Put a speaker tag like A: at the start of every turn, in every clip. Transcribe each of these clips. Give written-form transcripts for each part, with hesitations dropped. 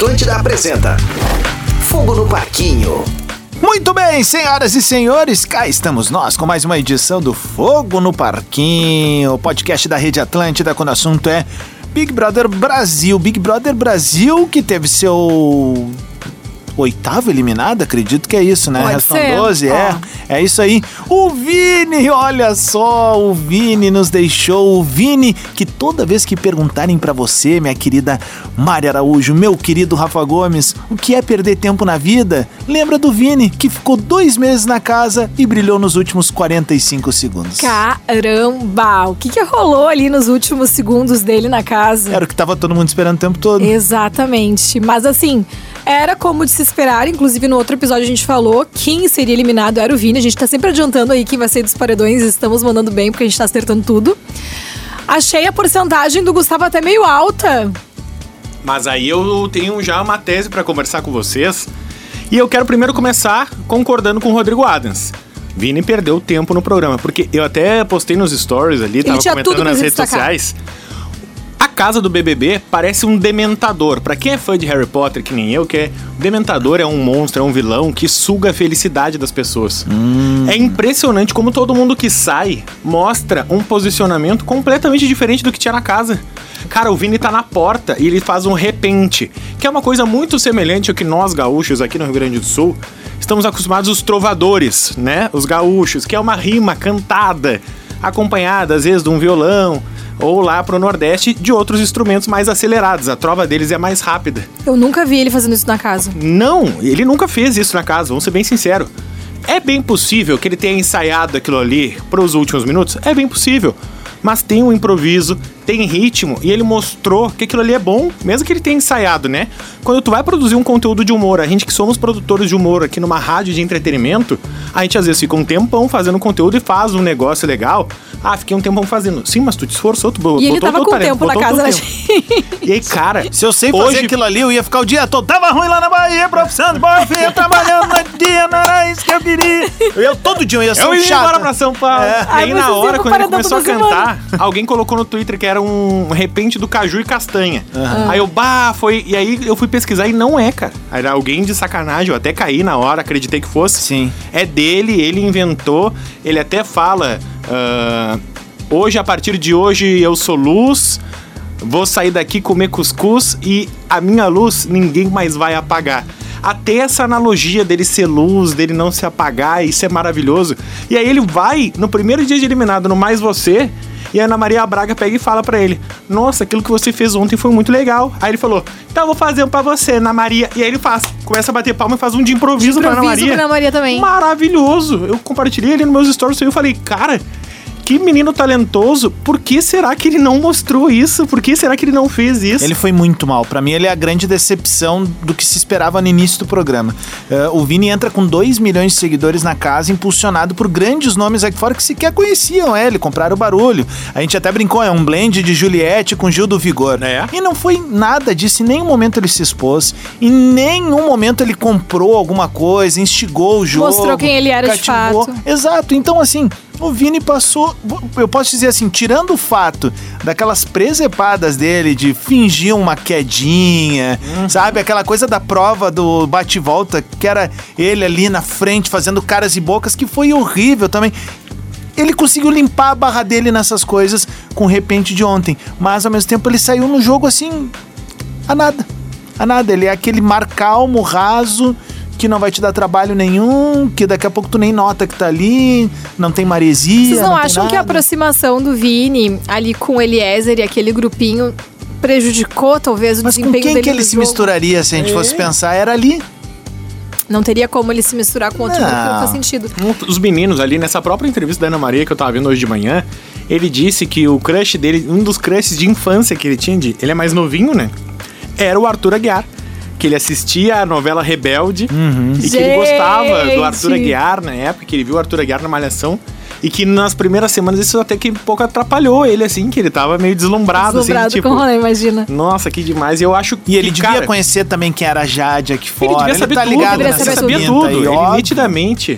A: Atlântida apresenta Fogo no Parquinho.
B: Muito bem, senhoras e senhores, cá estamos nós com mais uma edição do Fogo no Parquinho, podcast da Rede Atlântida, quando o assunto é Big Brother Brasil. Big Brother Brasil que teve seu 8º eliminado, acredito que é isso, né? Restam 12, é isso aí. O Vini, olha só, o Vini nos deixou. O Vini, que toda vez que perguntarem pra você, minha querida Mari Araújo, meu querido Rafa Gomes, o que é perder tempo na vida? Lembra do Vini, que ficou 2 meses na casa e brilhou nos últimos 45 segundos.
C: Caramba, o que rolou ali nos últimos segundos dele na casa?
B: Era o que tava todo mundo esperando o tempo todo.
C: Exatamente, mas assim, era como de se esperar, inclusive no outro episódio a gente falou quem seria eliminado era o Vini. A gente tá sempre adiantando aí quem vai sair dos paredões, estamos mandando bem porque a gente tá acertando tudo. Achei a porcentagem do Gustavo até meio alta.
D: Mas aí eu tenho já uma tese pra conversar com vocês. E eu quero primeiro começar concordando com o Rodrigo Adams. Vini perdeu tempo no programa, porque eu até postei nos stories ali, tava comentando nas redes sociais. A casa do BBB parece um dementador. Pra quem é fã de Harry Potter, que nem eu, que é... O dementador é um monstro, é um vilão que suga a felicidade das pessoas. É impressionante como todo mundo que sai mostra um posicionamento completamente diferente do que tinha na casa. Cara, o Vini tá na porta e ele faz um repente, que é uma coisa muito semelhante ao que nós gaúchos aqui no Rio Grande do Sul estamos acostumados, os trovadores, né? Os gaúchos, que é uma rima cantada, acompanhada às vezes de um violão, ou lá pro Nordeste de outros instrumentos mais acelerados. A trova deles é mais rápida.
C: Eu nunca vi ele fazendo isso na casa.
D: Não, ele nunca fez isso na casa, vamos ser bem sinceros. É bem possível que ele tenha ensaiado aquilo ali pros últimos minutos? É bem possível. Mas tem um improviso, tem ritmo, e ele mostrou que aquilo ali é bom, mesmo que ele tenha ensaiado, né? Quando tu vai produzir um conteúdo de humor, a gente que somos produtores de humor aqui numa rádio de entretenimento, a gente às vezes fica um tempão fazendo conteúdo e faz um negócio legal. Ah, fiquei um tempão fazendo. Sim, mas tu te esforçou, tu botou
C: e ele tava com
D: talento,
C: tempo na casa, né?
D: E aí, cara...
B: Se eu sei fazer aquilo ali, eu ia ficar o dia todo. Tava ruim lá na Bahia, profissão de boa filha, trabalhando no dia, não era isso que eu queria. Todo dia eu ia ser um chato. Eu ia embora pra São Paulo. E aí, na hora, quando ele começou a cantar, alguém colocou no Twitter que era um repente do caju e castanha. Aí eu, foi... E aí eu fui pesquisar e não é, cara. Era alguém de sacanagem, eu até caí na hora, acreditei que fosse. Sim.
D: É dele, ele inventou, ele até fala... hoje, a partir de hoje, eu sou luz, vou sair daqui comer cuscuz e a minha luz ninguém mais vai apagar. Até essa analogia dele ser luz, dele não se apagar, isso é maravilhoso. E aí ele vai, no primeiro dia de eliminado, no Mais Você, e a Ana Maria Braga pega e fala pra ele: nossa, aquilo que você fez ontem foi muito legal. Aí ele falou: então eu vou fazer um pra você, Ana Maria. E aí ele começa a bater palma e faz um de improviso pra Ana Maria.
C: Pra Ana Maria também.
D: Maravilhoso. Eu compartilhei ali nos meus stories e eu falei: cara... Que menino talentoso, por que será que ele não mostrou isso? Por que será que ele não fez isso?
B: Ele foi muito mal. Pra mim, ele é a grande decepção do que se esperava no início do programa. O Vini entra com 2 milhões de seguidores na casa, impulsionado por grandes nomes aqui fora que sequer conheciam ele, compraram o barulho. A gente até brincou, é um blend de Juliette com Gil do Vigor. E não foi nada disso, em nenhum momento ele se expôs, em nenhum momento ele comprou alguma coisa, instigou o jogo.
C: Mostrou quem ele era cativou.
B: De fato. Exato, então assim... O Vini passou, eu posso dizer assim, tirando o fato daquelas presepadas dele de fingir uma quedinha, sabe? Aquela coisa da prova do bate-volta, que era ele ali na frente fazendo caras e bocas, que foi horrível também. Ele conseguiu limpar a barra dele nessas coisas com o repente de ontem, mas ao mesmo tempo ele saiu no jogo assim, a nada. Ele é aquele mar calmo, raso, que não vai te dar trabalho nenhum, que daqui a pouco tu nem nota que tá ali, não tem maresia.
C: Vocês não acham que a aproximação do Vini ali com o Eliezer e aquele grupinho prejudicou talvez o desempenho dele?
B: Mas com quem que ele se misturaria, se a gente fosse pensar? Era ali.
C: Não teria como ele se misturar com outro grupo, não faz sentido.
D: Os meninos ali, nessa própria entrevista da Ana Maria que eu tava vendo hoje de manhã, ele disse que o crush dele, um dos crushes de infância que ele tinha, ele é mais novinho, né? Era o Arthur Aguiar. Que ele assistia a novela Rebelde e que ele gostava do Arthur Aguiar na época, que ele viu o Arthur Aguiar na Malhação. E que nas primeiras semanas isso até que um pouco atrapalhou ele, assim, que ele tava meio deslumbrado assim, tipo...
C: com o rolê, imagina.
D: Nossa, que demais. E eu acho que...
B: E ele devia conhecer também quem era a Jade aqui fora.
D: Ele devia saber
B: tá
D: tudo.
B: ligado,
D: Ele sabia tudo. Ele nitidamente...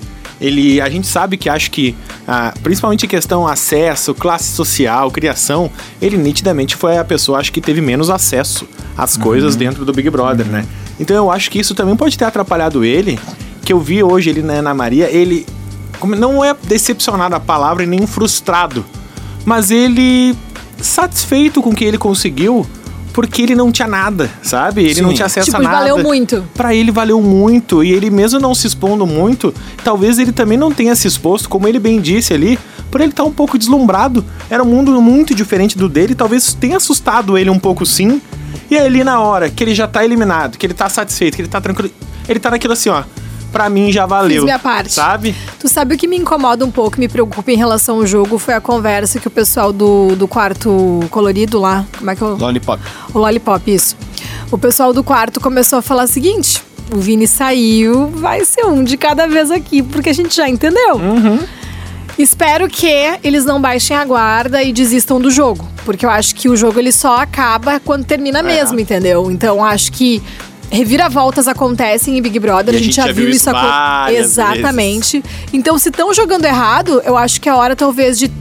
D: A gente sabe que acho que, principalmente em questão acesso, classe social, criação, ele nitidamente foi a pessoa, acho que teve menos acesso as coisas dentro do Big Brother, né? Então eu acho que isso também pode ter atrapalhado ele, que eu vi hoje ele na Ana Maria, ele não é decepcionado a palavra e nem frustrado, mas ele satisfeito com o que ele conseguiu, porque ele não tinha nada, sabe? Ele não tinha acesso a nada.
C: Valeu muito.
D: Pra ele valeu muito, e ele mesmo não se expondo muito, talvez ele também não tenha se exposto, como ele bem disse ali, por ele estar um pouco deslumbrado. Era um mundo muito diferente do dele, talvez tenha assustado ele um pouco sim. E aí ali na hora que ele já tá eliminado, que ele tá satisfeito, que ele tá tranquilo, ele tá naquilo assim, ó, pra mim já valeu.
C: Fiz minha parte.
D: Sabe?
C: Tu sabe o que me incomoda um pouco, me preocupa em relação ao jogo, foi a conversa que o pessoal do quarto colorido lá, como é que eu...
B: Lollipop.
C: O Lollipop, isso. O pessoal do quarto começou a falar o seguinte: o Vini saiu, vai ser um de cada vez aqui, porque a gente já entendeu. Espero que eles não baixem a guarda e desistam do jogo, porque eu acho que o jogo ele só acaba quando termina mesmo, entendeu? Então acho que reviravoltas acontecem em Big Brother,
D: E
C: a gente já viu isso
D: várias
C: exatamente. Então, se estão jogando errado, eu acho que é hora talvez de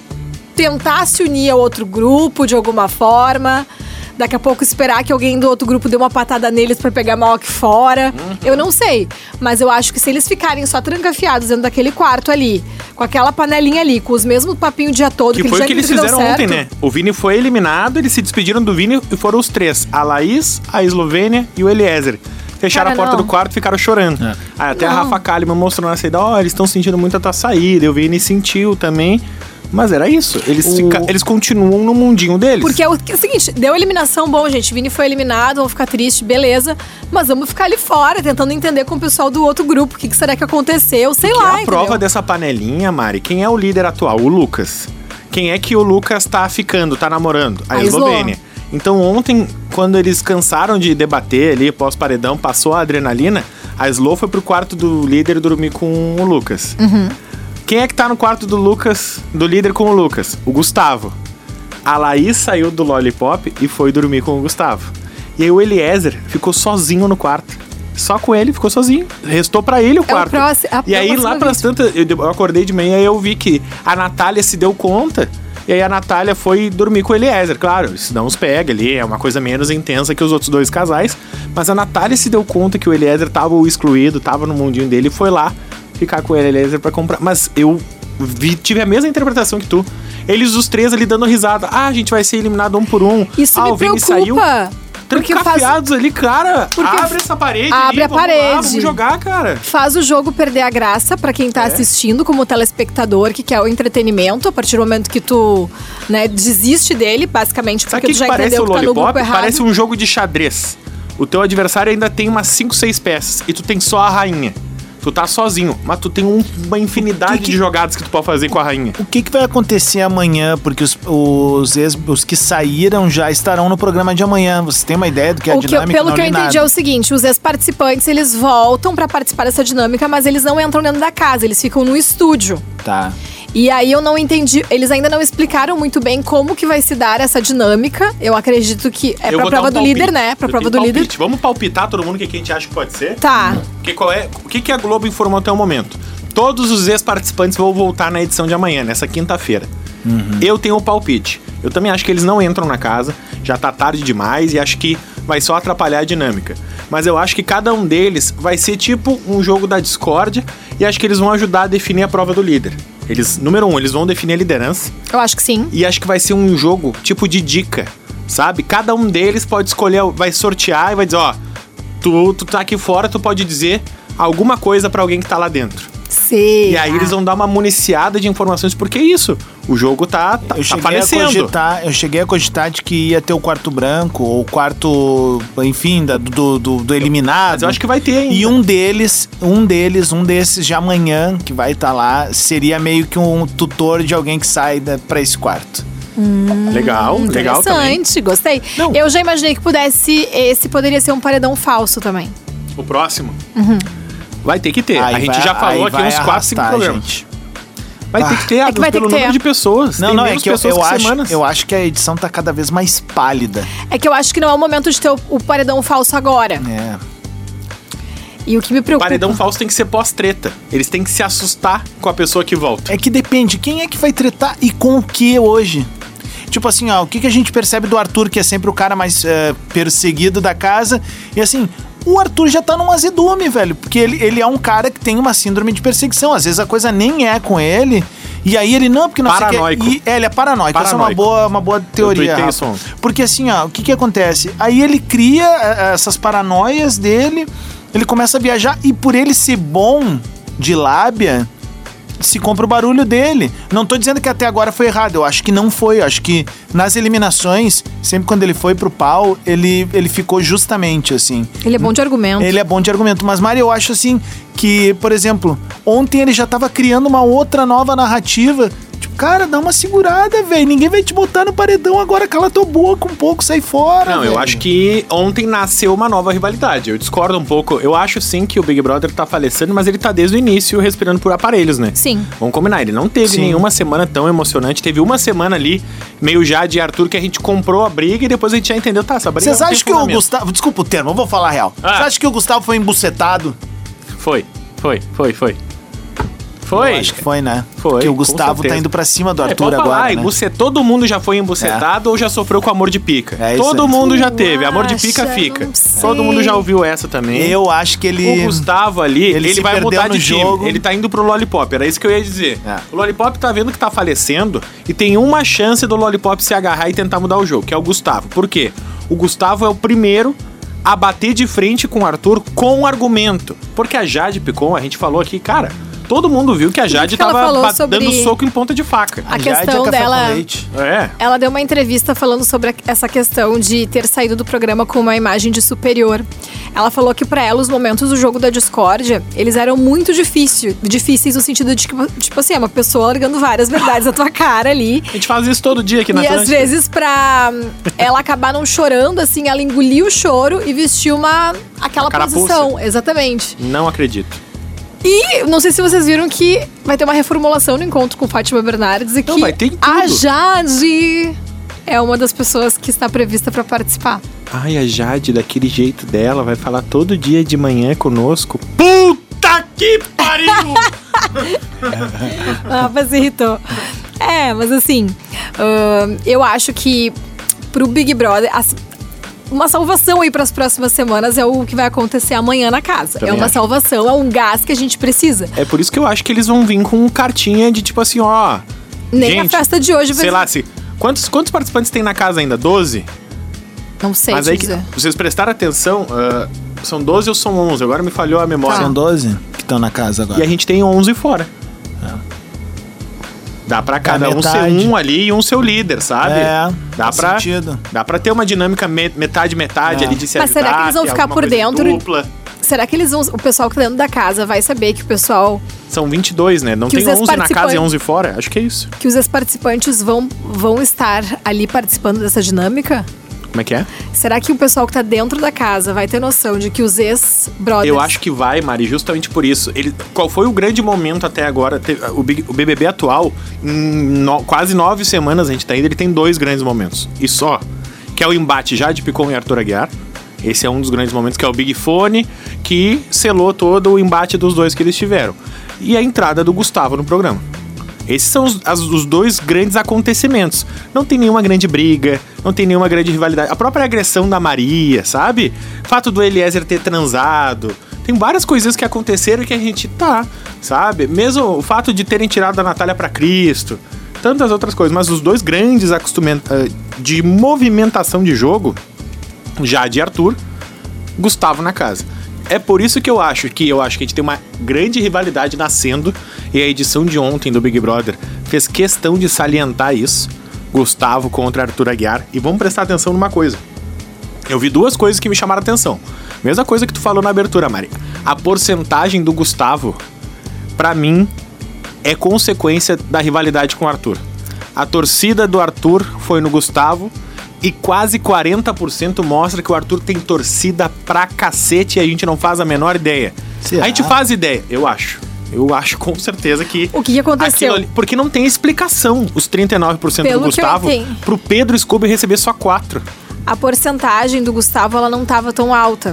C: tentar se unir a outro grupo de alguma forma. Daqui a pouco esperar que alguém do outro grupo dê uma patada neles pra pegar mal aqui fora. Eu não sei. Mas eu acho que se eles ficarem só trancafiados dentro daquele quarto ali, com aquela panelinha ali, com os mesmos papinhos o dia todo,
D: Que foi o que eles fizeram ontem, né? O Vini foi eliminado, eles se despediram do Vini e foram os três. A Laís, a Eslovênia e o Eliezer. Fecharam a porta do quarto e ficaram chorando. Aí até a Rafa Kalimann mostrou na saída, eles estão sentindo muito a tua saída. E o Vini sentiu também. Mas era isso. Eles continuam no mundinho deles.
C: Porque é o seguinte, deu eliminação, bom, gente, Vini foi eliminado, vamos ficar triste, beleza. Mas vamos ficar ali fora, tentando entender com o pessoal do outro grupo o que será que aconteceu, sei lá,
D: a prova dessa panelinha, Mari, quem é o líder atual? O Lucas. Quem é que o Lucas tá ficando, tá namorando? A Eslovênia. Então ontem, quando eles cansaram de debater ali, pós-paredão, passou a adrenalina, a Slo foi pro quarto do líder dormir com o Lucas. Quem é que tá no quarto do Lucas, do líder com o Lucas? O Gustavo. A Laís saiu do Lollipop e foi dormir com o Gustavo. E aí o Eliezer ficou sozinho no quarto. Só com ele, ficou sozinho. Restou pra ele o quarto. E aí lá pras tantas, eu acordei de manhã e eu vi que a Natália se deu conta. E aí a Natália foi dormir com o Eliezer. Claro, se não os pega ali, é uma coisa menos intensa que os outros dois casais. Mas a Natália se deu conta que o Eliezer tava excluído, tava no mundinho dele e foi lá ficar com o Eliezer pra comprar. Mas eu tive a mesma interpretação que tu. Eles os três ali dando risada. A gente vai ser eliminado um por um.
C: Isso me preocupa. Saiu
D: trancafiados ali, cara. Abre essa parede.
C: Abre a parede.
D: Vamos jogar, cara.
C: Faz o jogo perder a graça pra quem tá assistindo, como telespectador, que quer o entretenimento. A partir do momento que tu, desiste dele, basicamente, porque tu já entendeu que tá no grupo errado.
D: Parece um jogo de xadrez. O teu adversário ainda tem umas 5, 6 peças e tu tem só a rainha. Tu tá sozinho, mas tu tem uma infinidade de jogadas que tu pode fazer com a rainha.
B: O que vai acontecer amanhã? Porque os que saíram já estarão no programa de amanhã. Você tem uma ideia do que é a dinâmica?
C: Pelo que eu entendi é o seguinte, os ex-participantes, eles voltam pra participar dessa dinâmica, mas eles não entram dentro da casa, eles ficam no estúdio.
B: Tá.
C: E aí eu não entendi, eles ainda não explicaram muito bem como que vai se dar essa dinâmica. Eu acredito que é pra prova do líder, né? Pra prova do líder.
D: Vamos palpitar todo mundo o que a gente acha que pode ser?
C: Tá.
D: O que a Globo informou até o momento? Todos os ex-participantes vão voltar na edição de amanhã, nessa quinta-feira. Eu tenho um palpite. Eu também acho que eles não entram na casa, já tá tarde demais e acho que vai só atrapalhar a dinâmica. Mas eu acho que cada um deles vai ser tipo um jogo da discórdia e acho que eles vão ajudar a definir a prova do líder. Número 1, eles vão definir a liderança.
C: Eu acho que sim.
D: E acho que vai ser um jogo tipo de dica, sabe? Cada um deles pode escolher, vai sortear e vai dizer, tu tá aqui fora, tu pode dizer alguma coisa pra alguém que tá lá dentro.
C: Sim.
D: E aí eles vão dar uma municiada de informações, porque é isso. O jogo tá aparecendo.
B: Eu cheguei a cogitar de que ia ter o quarto branco, ou o quarto, enfim, do eliminado.
D: Mas eu acho que vai ter ainda.
B: E um desses de amanhã, que vai estar lá, seria meio que um tutor de alguém que sai pra esse quarto.
D: Legal também.
C: Interessante, gostei.
D: Não.
C: Eu já imaginei que esse poderia ser um paredão falso também.
D: O próximo? Vai ter que ter. A gente já falou aqui uns 4, 5 programas. Gente. Vai ter que ter, pelo número de pessoas.
B: Não, é que eu acho que a edição tá cada vez mais pálida.
C: É que eu acho que não é o momento de ter o paredão falso agora.
B: É.
C: E o que me preocupa...
D: O paredão falso tem que ser pós-treta. Eles têm que se assustar com a pessoa que volta.
B: É que depende, quem é que vai tretar e com o que hoje? Tipo assim, ó, o que a gente percebe do Arthur, que é sempre o cara mais perseguido da casa, e assim... O Arthur já tá num azedume, velho, porque ele é um cara que tem uma síndrome de perseguição. Às vezes a coisa nem é com ele, e aí ele não, porque não
D: paranoico.
B: sei o que. Ele é paranoico. Essa é uma boa teoria. Porque assim, ó, o que acontece? Aí ele cria essas paranoias dele, ele começa a viajar, e por ele ser bom de lábia, se compra o barulho dele. Não tô dizendo que até agora foi errado, eu acho que não foi. Eu acho que nas eliminações, sempre quando ele foi pro pau, ele ficou justamente assim.
C: Ele é bom de argumento.
B: Ele é bom de argumento. Mas, Mari, eu acho assim que, por exemplo, ontem ele já tava criando uma outra nova narrativa. Tipo, cara, dá uma segurada, velho. Ninguém vai te botar no paredão agora, cala tua boca um pouco, sai fora.
D: Não,
B: véio.
D: Eu acho que ontem nasceu uma nova rivalidade. Eu discordo um pouco. Eu acho sim que o Big Brother tá falecendo, mas ele tá desde o início respirando por aparelhos, né?
C: Sim.
D: Vamos combinar, ele não teve nenhuma semana tão emocionante. Teve uma semana ali, meio já de Arthur, que a gente comprou a briga e depois a gente já entendeu, tá, essa briga.
B: Vocês acham que o Gustavo... Desculpa o termo, eu vou falar a real. Vocês acham que o Gustavo foi embucetado?
D: Foi.
B: Eu acho que foi, né?
D: Foi.
B: Porque o Gustavo tá indo pra cima do Arthur
D: pode falar,
B: agora, né?
D: Todo mundo já foi embucetado ou já sofreu com amor de pica. Todo mundo já teve. Amor de pica fica. Todo mundo já ouviu essa também.
B: Eu acho que ele...
D: O Gustavo ali, ele vai mudar de
B: jogo.
D: time. Ele tá indo pro Lollipop, era isso que eu ia dizer. O Lollipop tá vendo que tá falecendo e tem uma chance do Lollipop se agarrar e tentar mudar o jogo, que é o Gustavo. Por quê? O Gustavo é o primeiro a bater de frente com o Arthur com argumento. Porque a Jade Picon, a gente falou aqui, cara... Todo mundo viu que a Jade tava dando soco em ponta de faca.
C: A questão dela...
D: É.
C: Ela deu uma entrevista falando sobre essa questão de ter saído do programa com uma imagem de superior. Ela falou que pra ela os momentos do jogo da discórdia, eles eram muito difíceis no sentido de que, tipo assim, é uma pessoa largando várias verdades na tua cara ali.
D: A gente faz isso todo dia aqui na Atlântida.
C: E às vezes pra ela acabar não chorando, assim, ela engoliu o choro e vestiu aquela posição. Exatamente.
D: Não acredito.
C: E não sei se vocês viram que vai ter uma reformulação no encontro com Fátima Bernardes e que
D: vai ter tudo.
C: A Jade é uma das pessoas que está prevista para participar.
D: Ai, a Jade, daquele jeito dela, vai falar todo dia de manhã conosco. Puta que pariu!
C: Mas irritou. Mas assim, eu acho que pro Big Brother... Uma salvação aí para as próximas semanas é o que vai acontecer amanhã na casa.
D: Também
C: é uma
D: acho.
C: salvação, é um gás que a gente precisa.
D: É por isso que eu acho que eles vão vir com cartinha de tipo assim, ó...
C: Nem
D: gente,
C: a festa de hoje vai...
D: Sei lá, quantos participantes tem na casa ainda? 12?
C: Não sei
D: Mas aí que, vocês prestaram atenção, são 12 ou são 11? Agora me falhou a memória.
B: São 12 que estão na casa agora.
D: E a gente tem 11 fora. Dá pra cada um ser um ali e um ser o líder, sabe? Dá pra ter uma dinâmica metade ali de se
C: Mas
D: ajudar.
C: será que eles vão ficar por dentro?
D: Dupla.
C: Será que o pessoal que tá dentro da casa vai saber que o pessoal...
D: São 22, né? Não tem 11 na casa e 11 fora? Acho que é isso.
C: Que os ex-participantes vão estar ali participando dessa dinâmica?
D: Como é que é?
C: Será que o pessoal que tá dentro da casa vai ter noção de que os ex-brothers...
D: Eu acho que vai, Mari, justamente por isso. Qual foi o grande momento até agora? O BBB atual, em quase 9 semanas a gente tá indo, ele tem 2 grandes momentos. E só. Que é o embate Jade Picon e Arthur Aguiar. Esse é um dos grandes momentos, que é o Big Fone, que selou todo o embate dos dois que eles tiveram. E a entrada do Gustavo no programa. Esses são os 2 grandes acontecimentos. Não tem nenhuma grande briga, não tem nenhuma grande rivalidade. A própria agressão da Maria, sabe? O fato do Eliezer ter transado. Tem várias coisas que aconteceram que a gente sabe? Mesmo o fato de terem tirado a Natália pra Cristo. Tantas outras coisas. Mas os 2 grandes de movimentação de jogo, Jade e Arthur, Gustavo na casa. É por isso que eu acho que a gente tem uma grande rivalidade nascendo, e a edição de ontem do Big Brother fez questão de salientar isso. Gustavo contra Arthur Aguiar. E vamos prestar atenção numa coisa. Eu vi 2 coisas que me chamaram a atenção. Mesma coisa que tu falou na abertura, Mari. A porcentagem do Gustavo, pra mim, é consequência da rivalidade com o Arthur. A torcida do Arthur foi no Gustavo, e quase 40% mostra que o Arthur tem torcida pra cacete e a gente não faz a menor ideia. A gente faz ideia, eu acho. Eu acho com certeza que...
C: O que aconteceu?
D: Porque não tem explicação os 39% do Gustavo pro Pedro Scooby receber só 4%.
C: A porcentagem do Gustavo, ela não estava tão alta.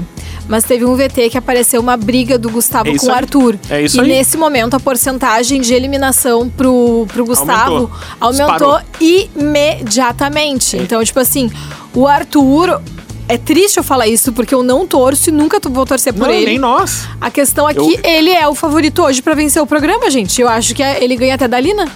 C: mas teve um VT que apareceu uma briga do Gustavo com o Arthur.
D: É isso
C: e
D: aí.
C: nesse momento a porcentagem de eliminação pro Gustavo aumentou imediatamente. Então, tipo assim, o Arthur... É triste eu falar isso, porque eu não torço e nunca vou torcer por ele.
D: Nem nós.
C: A questão é que ele é o favorito hoje pra vencer o programa, gente. Eu acho que ele ganha até da Lina.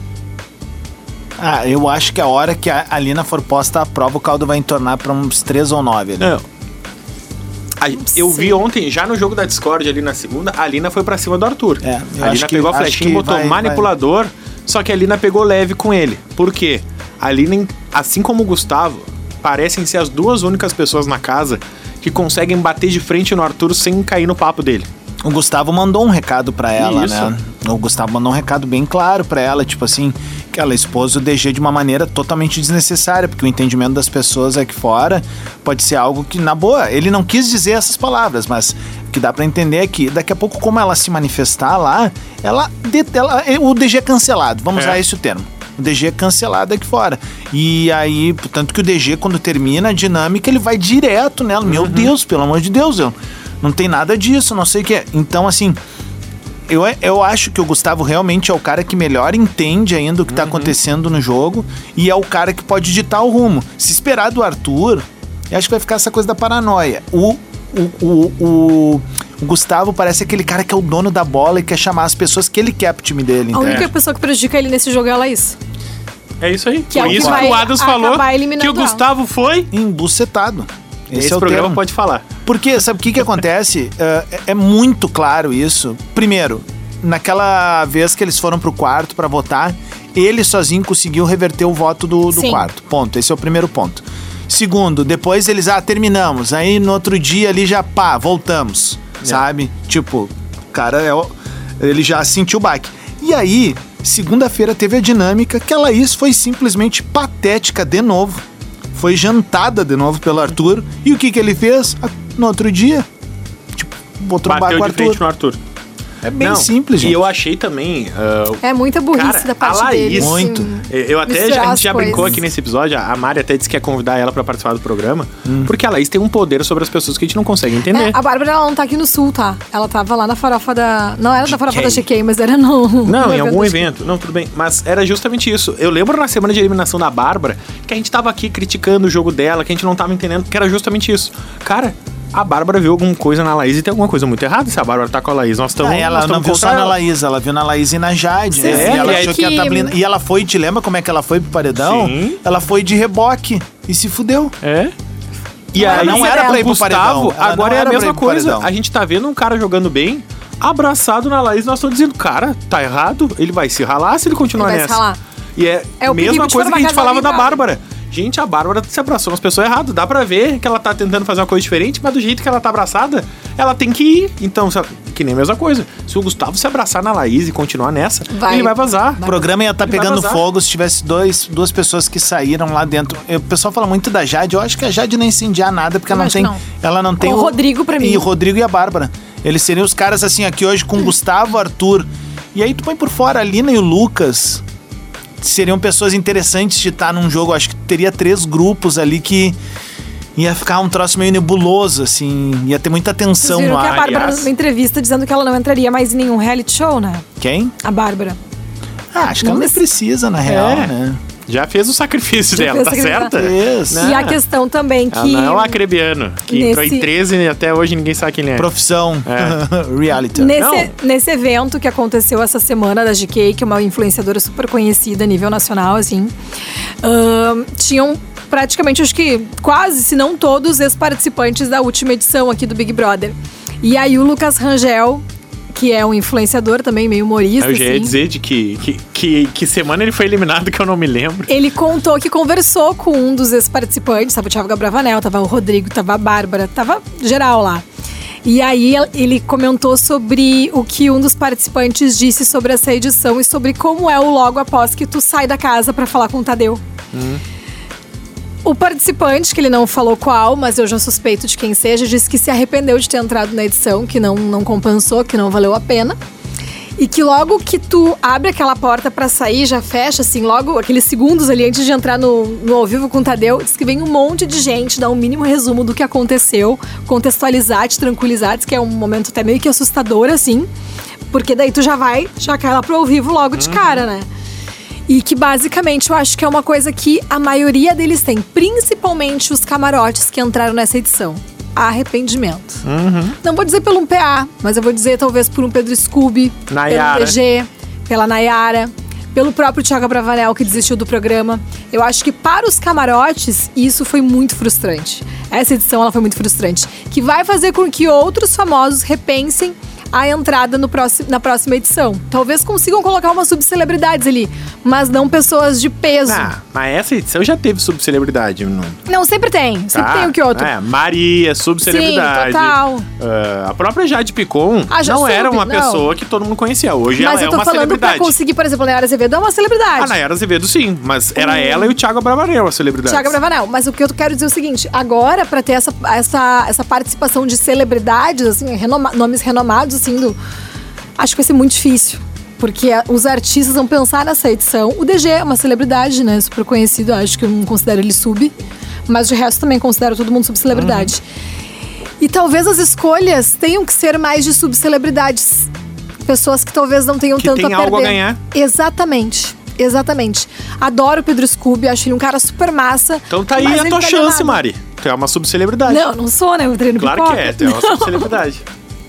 B: Eu acho que a hora que a Lina for posta à prova, o caldo vai entornar pra uns 3 ou 9. Ali.
D: Não. Eu vi ontem, já no jogo da Discord ali na segunda, a Lina foi pra cima do Arthur. A Lina pegou a flechinha e botou manipulador, só que a Lina pegou leve com ele. Por quê? A Lina, assim como o Gustavo, parecem ser as duas únicas pessoas na casa que conseguem bater de frente no Arthur sem cair no papo dele.
B: O Gustavo mandou um recado pra ela,
D: Isso.
B: né? O Gustavo mandou um recado bem claro pra ela, tipo assim, que ela expôs o DG de uma maneira totalmente desnecessária, porque o entendimento das pessoas aqui fora pode ser algo que, na boa, ele não quis dizer essas palavras, mas o que dá pra entender é que daqui a pouco, como ela se manifestar lá, o DG é cancelado, vamos usar esse o termo. O DG é cancelado aqui fora. E aí, tanto que o DG, quando termina a dinâmica, ele vai direto nela. Meu Deus, pelo amor de Deus, não tem nada disso, não sei o que é. Então, assim, eu acho que o Gustavo realmente é o cara que melhor entende ainda o que tá acontecendo no jogo e é o cara que pode ditar o rumo. Se esperar do Arthur, eu acho que vai ficar essa coisa da paranoia. O Gustavo parece aquele cara que é o dono da bola e quer chamar as pessoas que ele quer pro time dele.
C: A única pessoa que prejudica ele nesse jogo é a Laís.
D: É isso aí.
C: Que
D: Por isso que o Adams falou que o Gustavo foi
B: embucetado.
D: Esse é o programa termo. Pode falar.
B: Porque, sabe o que acontece? É muito claro isso. Primeiro, naquela vez que eles foram pro quarto pra votar, ele sozinho conseguiu reverter o voto do quarto. Ponto. Esse é o primeiro ponto. Segundo, depois eles, terminamos. Aí no outro dia ali já, voltamos. Sabe? Tipo, cara, ele já sentiu o baque. E aí, segunda-feira teve a dinâmica que a Laís foi simplesmente patética de novo. Foi jantada de novo pelo Arthur. E o que ele fez? No outro dia, tipo, botou no barco
D: de frente no Arthur.
B: É bem simples, gente.
D: E eu achei também...
C: é muita burrice da parte dele.
B: Muito.
D: A gente já brincou aqui nesse episódio, a Mari até disse que ia convidar ela pra participar do programa, porque a Laís tem um poder sobre as pessoas que a gente não consegue entender.
C: A Bárbara, ela não tá aqui no Sul, tá? Ela tava lá na farofa da... Não era da farofa da GK, mas era no...
D: Não, em algum evento. Não, tudo bem. Mas era justamente isso. Eu lembro na semana de eliminação da Bárbara, que a gente tava aqui criticando o jogo dela, que a gente não tava entendendo, que era justamente isso. Cara... A Bárbara viu alguma coisa na Laís e tem alguma coisa muito errada se a Bárbara tá com a Laís. Nós estamos
B: ela não viu só na Laís, ela viu na Laís e na Jade.
C: Sim,
B: e ela achou que a Tablina... E ela foi, te lembra como é que ela foi pro paredão?
D: Sim.
B: Ela foi de reboque e se fudeu.
D: E aí
B: não era pra ir pro paredão.
D: Agora é a mesma coisa. A gente tá vendo um cara jogando bem, abraçado na Laís, nós estamos dizendo, cara, tá errado, ele vai se ralar se ele continuar nessa.
C: Ralar.
D: E é a mesma coisa que a gente falava da Bárbara. Gente, a Bárbara se abraçou nas pessoas erradas. Dá pra ver que ela tá tentando fazer uma coisa diferente, mas do jeito que ela tá abraçada, ela tem que ir. Então, que nem a mesma coisa. Se o Gustavo se abraçar na Laís e continuar nessa, ele vai vazar.
B: O programa ia estar pegando fogo se tivesse duas pessoas que saíram lá dentro. O pessoal fala muito da Jade. Eu acho que a Jade não incendiar nada, porque ela não tem
C: o Rodrigo pra mim.
B: E o Rodrigo e a Bárbara. Eles seriam os caras assim aqui hoje com o Gustavo, Arthur. E aí tu põe por fora a Lina e o Lucas. Seriam pessoas interessantes de estar num jogo. Acho que teria 3 grupos ali que ia ficar um troço meio nebuloso, assim. Ia ter muita tensão
C: no ar.
B: Vocês
C: viram que a Bárbara, numa entrevista, dizendo que ela não entraria mais em nenhum reality show, né?
B: Quem?
C: A Bárbara.
B: Acho que ela nem precisa, na real, né?
D: Já fez o sacrifício dela, tá certa?
C: E a questão também que...
D: Ela não é um acrebiano, que entrou em 13 e até hoje ninguém sabe quem é.
B: Profissão. Reality.
C: Nesse evento que aconteceu essa semana da GK, que é uma influenciadora super conhecida a nível nacional, assim, tinham praticamente, acho que quase, se não todos, ex-participantes da última edição aqui do Big Brother. E aí o Lucas Rangel, que é um influenciador também, meio humorista.
D: Eu já ia dizer de que semana ele foi eliminado, que eu não me lembro.
C: Ele contou que conversou com um dos ex-participantes, tava o Thiago Bravanel, tava o Rodrigo, tava a Bárbara, tava geral lá. E aí ele comentou sobre o que um dos participantes disse sobre essa edição e sobre como é o logo após que tu sai da casa pra falar com o Tadeu. O participante, que ele não falou qual, mas eu já suspeito de quem seja, disse que se arrependeu de ter entrado na edição, que não compensou, que não valeu a pena. E que logo que tu abre aquela porta pra sair, já fecha, assim, logo aqueles segundos ali antes de entrar no ao vivo com o Tadeu, diz que vem um monte de gente dar um mínimo resumo do que aconteceu, contextualizar, te tranquilizar, diz que é um momento até meio que assustador, assim, porque daí tu já cai lá pro ao vivo logo de cara, né? E que basicamente eu acho que é uma coisa que a maioria deles tem, principalmente os camarotes que entraram nessa edição. Arrependimento. Não vou dizer pelo um PA, mas eu vou dizer talvez por um Pedro Scooby,
D: Nayara.
C: pelo DG, pela Nayara, pelo próprio Thiago Bravanel que desistiu do programa. Eu acho que para os camarotes isso foi muito frustrante. Essa edição ela foi muito frustrante, que vai fazer com que outros famosos repensem a entrada na próxima edição. Talvez consigam colocar umas subcelebridades ali, mas não pessoas de peso.
D: Mas essa edição já teve subcelebridade.
C: Não, sempre tem. Sempre tem o que outro.
D: Maria, subcelebridade.
C: Sim, total.
D: A própria Jade Picon não era uma pessoa que todo mundo conhecia. Hoje ela é uma celebridade. Mas eu tô falando pra
C: conseguir, por exemplo, a Nayara Azevedo é uma celebridade.
D: A Nayara Azevedo, sim. Mas era ela e o Thiago Bravanel a celebridade.
C: Thiago Bravanel. Mas o que eu quero dizer é o seguinte. Agora, pra ter essa participação de celebridades, assim, nomes renomados, assim, acho que vai ser muito difícil. Porque os artistas vão pensar nessa edição. O DG é uma celebridade, né? Super conhecido. Acho que eu não considero ele sub. Mas de resto também considero todo mundo subcelebridade. E talvez as escolhas tenham que ser mais de subcelebridades. Pessoas que talvez não tenham tanto a perder.
D: Que tem algo a ganhar.
C: Exatamente. Adoro o Pedro Scooby. Acho ele um cara super massa.
D: Então tá aí a tua chance, Mari. Tu é uma subcelebridade.
C: Não sou, né? Eu treino
D: claro
C: pipoca.
D: Que é. Tu é uma subcelebridade.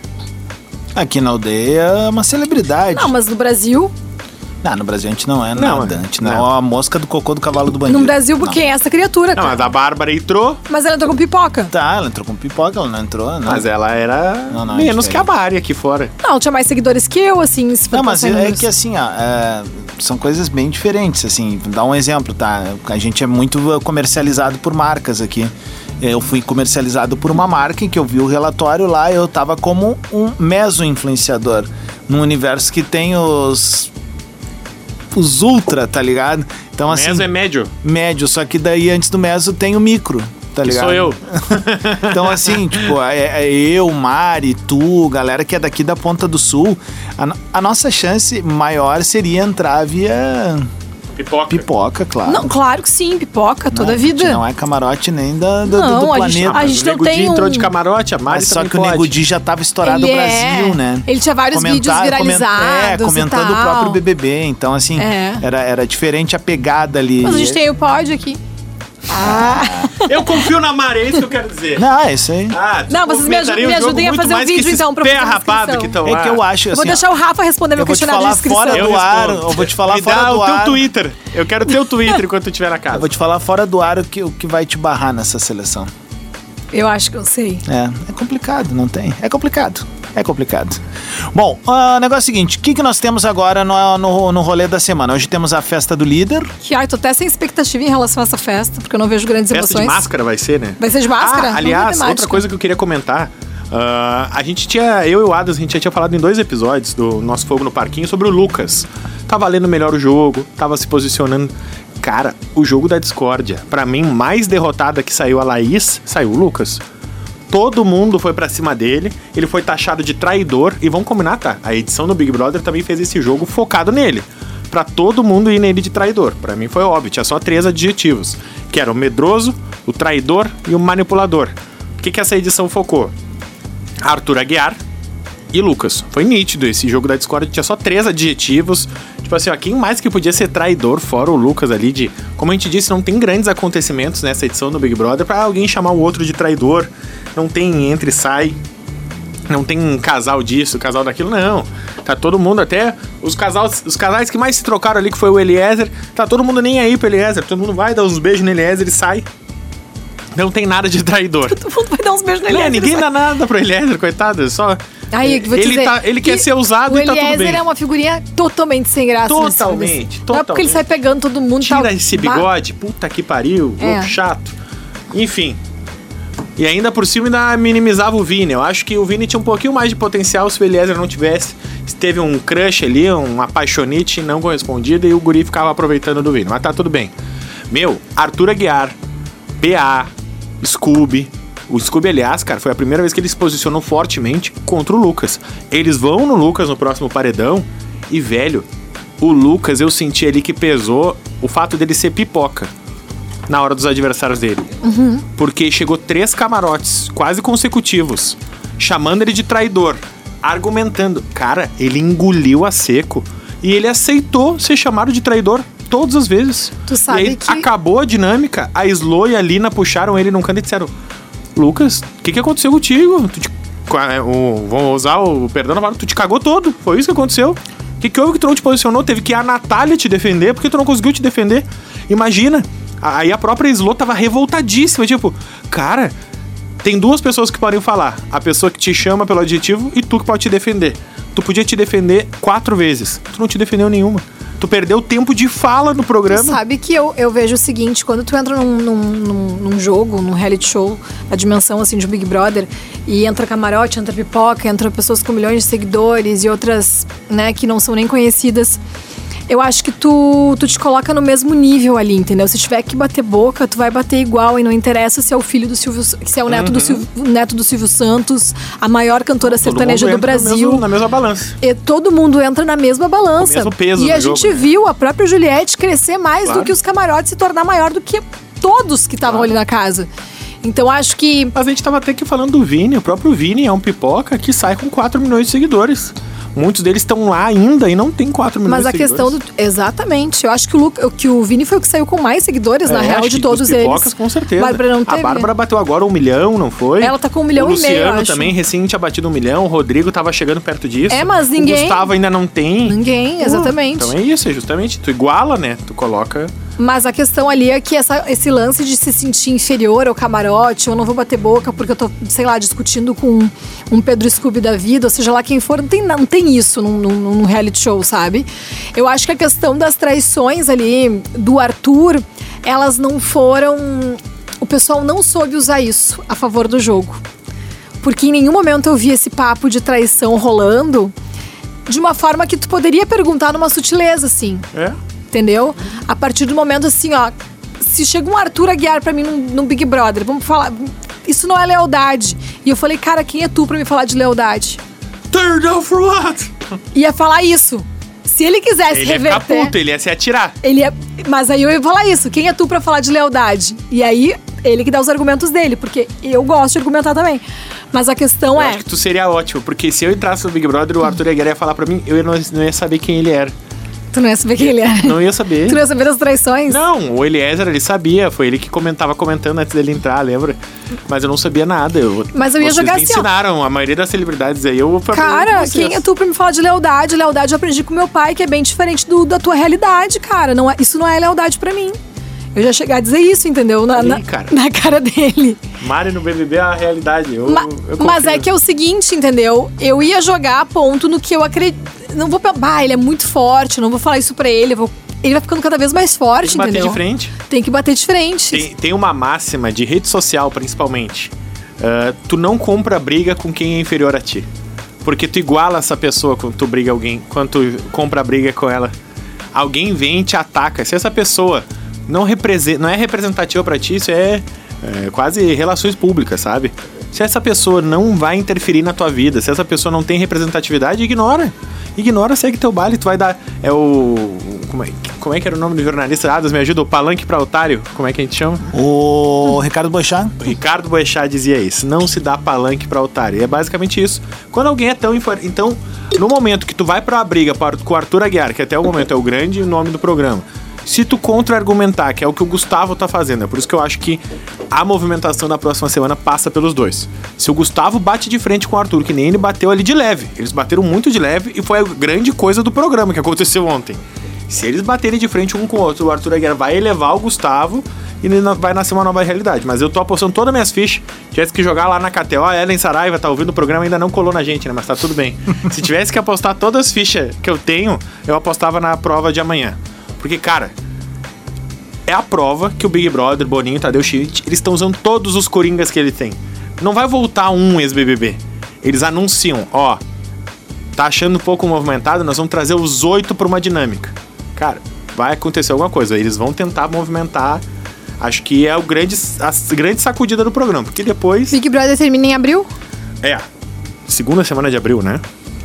B: Aqui na aldeia é uma celebridade.
C: Não, mas no Brasil...
B: Não, no Brasil a gente não é nada. A gente não é a mosca do cocô do cavalo do bandido.
C: No Brasil, porque é essa criatura, cara.
D: Não, mas a Bárbara entrou.
C: Mas ela entrou com pipoca.
B: Tá, ela entrou com pipoca, ela não entrou, não.
D: Mas ela era menos que a Mari aqui fora.
C: Não, ela tinha mais seguidores que eu, assim. Se
B: não, mas é que assim, são coisas bem diferentes, assim. Dá um exemplo, tá? A gente é muito comercializado por marcas aqui. Eu fui comercializado por uma marca em que eu vi o relatório lá, eu tava como um meso-influenciador. Num universo que tem os ultra, tá ligado? Então, assim,
D: meso é médio.
B: Médio, só que daí antes do meso tem o micro, tá ligado?
D: Sou eu.
B: Então, assim, tipo, eu, Mari, tu, galera que é daqui da Ponta do Sul, a nossa chance maior seria entrar via... Pipoca, claro.
C: Não, claro que sim, pipoca, toda a vida.
B: Não é camarote nem do planeta.
C: A gente não tem
D: Nego Di entrou de camarote, a Mari
B: só que o Nego Di já tava estourado no Brasil, né?
C: Ele tinha vários vídeos viralizados
B: comentando o próprio BBB. Então, assim, era diferente a pegada ali.
C: Mas a gente tem o pódio aqui.
D: Eu confio na Mari, é isso que eu quero dizer.
B: Não, é isso aí.
C: Não, vocês me ajudem a fazer um vídeo, então, pra
D: vocês rapado que estão lá.
B: É que eu acho assim...
C: Vou deixar o Rafa responder meu questionário de inscrição.
B: Eu vou te falar fora do ar.
D: Me dá o teu Twitter. Eu quero teu Twitter enquanto tu estiver na casa.
B: Eu vou te falar fora do ar o que vai te barrar nessa seleção.
C: Eu acho que eu sei.
B: É complicado, não tem? É complicado. Bom, o negócio é o seguinte, o que nós temos agora no rolê da semana? Hoje temos a festa do líder.
C: Que, tô até sem expectativa em relação a essa festa, porque eu não vejo grandes emoções.
D: Festa de máscara vai ser, né?
C: Vai ser de máscara?
D: Aliás, outra coisa que eu queria comentar, a gente eu e o Adas, a gente já tinha falado em 2 episódios do nosso Fogo no Parquinho sobre o Lucas. Tava lendo melhor o jogo, tava se posicionando. Cara, o jogo da discórdia, pra mim, mais derrotada que saiu a Laís, saiu o Lucas. Todo mundo foi pra cima dele, ele foi taxado de traidor, e vamos combinar, tá? A edição do Big Brother também fez esse jogo focado nele, pra todo mundo ir nele de traidor. Pra mim foi óbvio, tinha só 3 adjetivos, que era o medroso, o traidor e o manipulador. O que essa edição focou? Arthur Aguiar e Lucas. Foi nítido, esse jogo da discórdia tinha só 3 adjetivos. Tipo assim, quem mais que podia ser traidor fora o Lucas ali como a gente disse, não tem grandes acontecimentos nessa edição do Big Brother pra alguém chamar o outro de traidor. Não tem entra e sai. Não tem casal disso, casal daquilo, não. Tá todo mundo, até os casais que mais se trocaram ali, que foi o Eliezer, tá todo mundo nem aí pro Eliezer. Todo mundo vai dar uns beijos no Eliezer e sai. Não tem nada de traidor.
C: Todo mundo vai dar uns beijos no Eliezer.
D: Ninguém dá nada pro Eliezer, coitado. Só... ele quer ser usado e tá tudo bem. O
C: Eliezer é uma figurinha totalmente sem graça.
D: Totalmente.
C: Não é porque ele sai pegando todo mundo.
D: Tira esse bigode, puta que pariu, louco chato. Enfim. E ainda por cima ainda minimizava o Vini. Eu acho que o Vini tinha um pouquinho mais de potencial se o Eliezer não tivesse. Teve um crush ali, um apaixonite não correspondido, e o guri ficava aproveitando do Vini. Mas tá tudo bem. Arthur Aguiar, PA, Scooby, O Scooby, aliás, cara, foi a primeira vez que ele se posicionou fortemente contra o Lucas. Eles vão no Lucas no próximo paredão e, velho, o Lucas, eu senti ali que pesou o fato dele ser pipoca na hora dos adversários dele. Porque chegou 3 camarotes quase consecutivos, chamando ele de traidor, argumentando. Cara, ele engoliu a seco e ele aceitou ser chamado de traidor todas as vezes.
C: Tu sabe
D: e aí
C: que...
D: acabou a dinâmica, a Slo e a Lina puxaram ele num canto e disseram: Lucas, o que aconteceu contigo? Vamos usar o perdão na palavra, tu te cagou todo, foi isso que aconteceu. O que houve que tu não te posicionou? Teve que a Natália te defender, porque tu não conseguiu te defender. Imagina, aí a própria Slo tava revoltadíssima, tipo, cara, tem 2 pessoas que podem falar, a pessoa que te chama pelo adjetivo e tu que pode te defender. Tu podia te defender 4 vezes, tu não te defendeu nenhuma. Tu perdeu tempo de fala no programa.
C: Tu sabe que eu vejo o seguinte, quando tu entra num jogo, num reality show, a dimensão assim de um Big Brother, e entra camarote, entra pipoca, entra pessoas com milhões de seguidores e outras, né, que não são nem conhecidas, eu acho que tu te coloca no mesmo nível ali, entendeu? Se tiver que bater boca, tu vai bater igual, e não interessa se é o filho do Silvio, se é o neto do Silvio Santos, a maior cantora sertaneja do Brasil.
D: Na mesma balança.
C: E todo mundo entra na mesma balança.
D: O mesmo peso
C: e a
D: do jogo,
C: gente viu a própria Juliette crescer mais
D: Claro.
C: do que os camarotes, se tornar maior do que todos que estavam ali na casa. Então acho que...
D: Mas a gente tava até aqui falando do Vini. O próprio Vini é um pipoca que sai com 4 milhões de seguidores. Muitos deles estão lá ainda e não tem 4 milhões
C: Mas
D: de
C: a
D: seguidores.
C: questão do... Exatamente. Eu acho que o Vini foi o que saiu com mais seguidores, na real,
D: acho
C: de
D: que
C: todos
D: dos pipocas,
C: eles.
D: com certeza.
C: Bárbara não teve.
D: A Bárbara bateu agora 1 milhão, não foi?
C: Ela tá com 1,5 milhão,
D: o Luciano
C: acho.
D: também, recém tinha batido 1 milhão. O Rodrigo tava chegando perto disso.
C: Mas ninguém...
D: O Gustavo ainda não tem.
C: Ninguém, exatamente.
D: Então é isso, é justamente. Tu iguala, né? Tu coloca...
C: Mas a questão ali é que esse lance de se sentir inferior ao camarote, ou não vou bater boca porque eu tô, sei lá, discutindo com um Pedro Scooby da vida, ou seja lá quem for, não tem isso num reality show, sabe? Eu acho que a questão das traições ali do Arthur, elas não foram... O pessoal não soube usar isso a favor do jogo. Porque em nenhum momento eu vi esse papo de traição rolando de uma forma que tu poderia perguntar numa sutileza, assim. Entendeu? A partir do momento assim, ó, se chega um Arthur Aguiar pra mim num Big Brother, vamos falar, isso não é lealdade. E eu falei, cara, quem é tu pra me falar de lealdade?
D: Turn down for what?
C: Ia falar isso. Se ele quisesse
D: Ele ia
C: reverter...
D: ficar puto, ele ia se atirar.
C: Mas aí eu ia falar isso, quem é tu pra falar de lealdade? E aí, ele que dá os argumentos dele, porque eu gosto de argumentar também. Mas a questão
D: Eu
C: é...
D: acho que tu seria ótimo, porque se eu entrasse no Big Brother, o Arthur Aguiar ia falar pra mim, eu não ia saber quem ele era.
C: Tu não ia saber quem ele é.
D: Não ia saber.
C: Tu não ia saber das traições?
D: Não, o Eliezer, ele sabia. Foi ele que comentando antes dele entrar, lembra? Mas eu não sabia nada.
C: Mas eu ia jogar assim, ó.
D: Vocês me ensinaram, a maioria das celebridades aí.
C: Cara, quem é tu pra me falar de lealdade? Lealdade eu aprendi com meu pai, que é bem diferente da tua realidade, cara. Isso não é lealdade pra mim. Eu já cheguei a dizer isso, entendeu? Na cara dele.
D: Mari no BBB é a realidade.
C: Mas é que é o seguinte, entendeu? Eu ia jogar a ponto no que eu acredito. Não vou... ele é muito forte, não vou falar isso pra ele. Ele vai ficando cada vez mais forte,
D: Tem que
C: entendeu?
D: bater de frente.
C: Tem que bater de frente.
D: Tem uma máxima de rede social, principalmente. Tu não compra briga com quem é inferior a ti. Porque tu iguala essa pessoa quando tu briga alguém. Quando tu compra briga com ela. Alguém vem e te ataca. Se essa pessoa não é representativa pra ti, isso é quase relações públicas, sabe? Se essa pessoa não vai interferir na tua vida, se essa pessoa não tem representatividade, ignora. Ignora, segue teu baile, tu vai dar... Como é que era o nome do jornalista? Adas, me ajuda, o palanque pra otário. Como é que a gente chama?
B: O Ricardo Boechat.
D: O Ricardo Boechat dizia isso. Não se dá palanque pra otário. E é basicamente isso. Quando alguém é tão... Então, no momento que tu vai pra uma briga com o Arthur Aguiar, que até o momento é o grande nome do programa, se tu contra-argumentar, que é o que o Gustavo tá fazendo, é por isso que eu acho que a movimentação da próxima semana passa pelos dois. Se o Gustavo bate de frente com o Arthur, que nem ele bateu ali de leve, eles bateram muito de leve e foi a grande coisa do programa que aconteceu ontem. Se eles baterem de frente um com o outro, o Arthur Aguiar vai elevar o Gustavo e vai nascer uma nova realidade. Mas eu tô apostando todas as minhas fichas. Tivesse que jogar lá na KTO, a Ellen Saraiva tá ouvindo o programa, ainda não colou na gente, né? Mas tá tudo bem. Se tivesse que apostar todas as fichas que eu tenho, eu apostava na prova de amanhã. Porque, cara, é a prova que o Big Brother, Boninho, Tadeu Schmidt, eles estão usando todos os coringas que ele tem. Não vai voltar um ex-BBB. Eles anunciam, tá achando um pouco movimentado, nós vamos trazer os 8 pra uma dinâmica. Cara, vai acontecer alguma coisa. Eles vão tentar movimentar acho que é a grande sacudida do programa, porque depois...
C: Big Brother termina em abril?
D: Segunda semana de abril, né?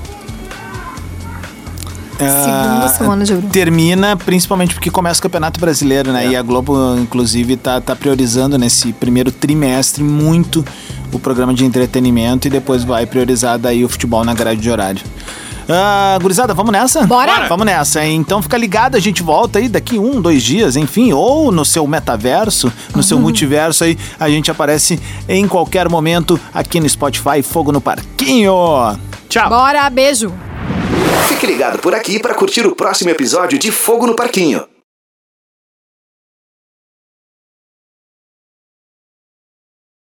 C: Segunda semana de abril.
B: Termina principalmente porque começa o Campeonato Brasileiro, né? E a Globo, inclusive, tá priorizando nesse primeiro trimestre muito o programa de entretenimento e depois vai priorizar daí o futebol na grade de horário. Gurizada, vamos nessa?
C: Bora!
B: Vamos nessa, hein? Então fica ligado, a gente volta aí daqui 1-2 dias, enfim, ou no seu metaverso, no seu multiverso aí, a gente aparece em qualquer momento aqui no Spotify, Fogo no Parquinho. Tchau!
C: Bora, beijo!
A: Fique ligado por aqui para curtir o próximo episódio de Fogo no Parquinho.